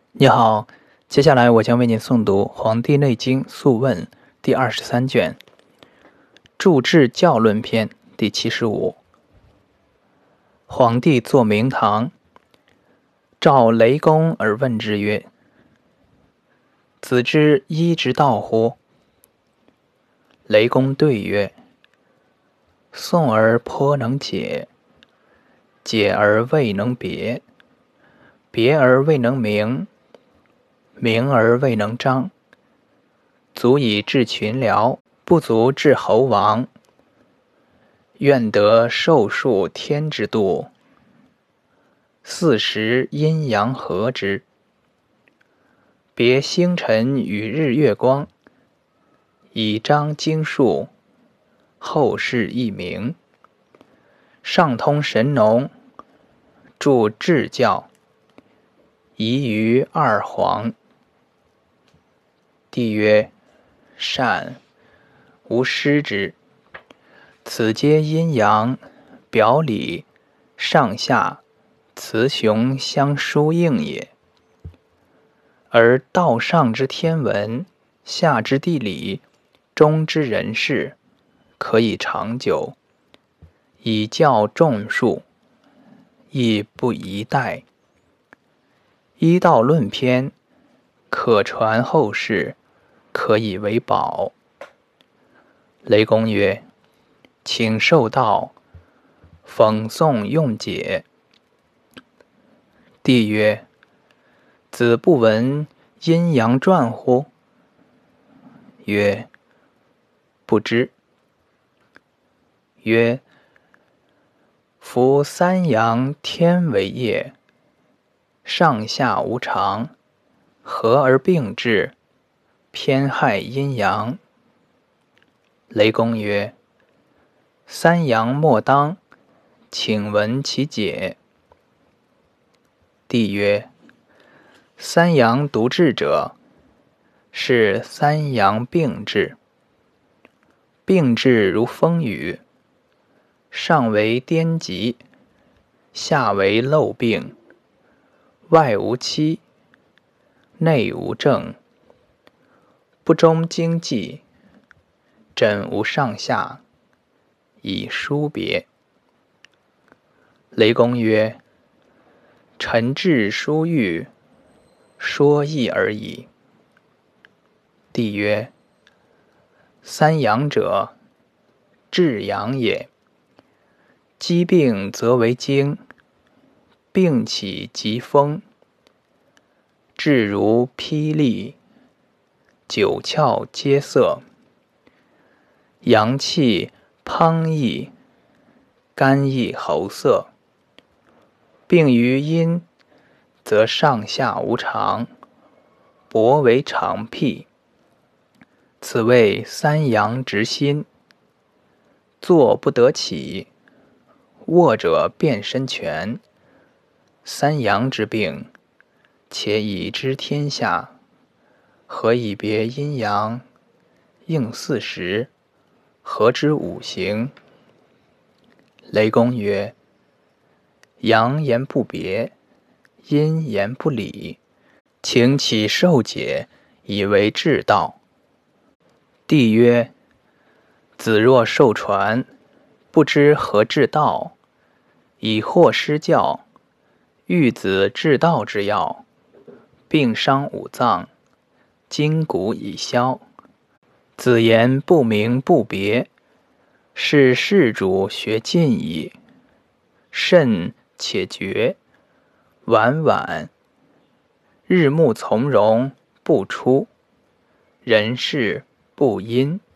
你好，接下来我将为您诵读《黄帝内经·素问》第23卷《注治教论篇》第75。黄帝坐明堂，召雷公而问之曰：“子之医之道乎？”雷公对曰：“诵而颇能解，解而未能别，别而未能明，明而未能彰，足以治群僚，不足治侯王。愿得寿数天之度，40阴阳合之，别星辰与日月光，以彰经术，后世易明。上通神农，著治教，宜于二黄。”帝曰：“善，吾师之。此皆阴阳、表里、上下、雌雄相疏应也。而道上之天文，下之地理，中之人事，可以长久，以教众术，亦不宜怠。医道论篇，可传后世，可以为宝。”雷公曰：“请受道，讽诵用解。”帝曰：“子不闻阴阳传乎？”曰：“不知。”曰：“夫三阳天为业，上下无常，合而并治，偏害阴阳。”雷公曰：“三阳莫当，请闻其解。”帝曰：“三阳独治者，是三阳并治。并治如风雨，上为颠疾，下为漏病，外无期，内无症，不中经济，诊无上下，以殊别。”雷公曰：“臣治殊愈，说易而已。”帝曰：“三阳者，治阳也。疾病则为经，病起即风，至如霹雳，九窍皆塞，阳气滂溢，肝溢喉塞。病于阴，则上下无常，薄为常辟。此谓三阳直心，坐不得起，卧者遍身全。三阳之病，且已知天下，何以别阴阳？应40，合之五行。”雷公曰：“阳言不别，阴言不理，请起受解，以为治道。”帝曰：“子若受传，不知何治道，以惑失教，欲子治道之要，病伤五脏，筋骨已消。子言不明不别，是事主学尽矣。慎且决，晚晚，日暮从容，不出，人事不因。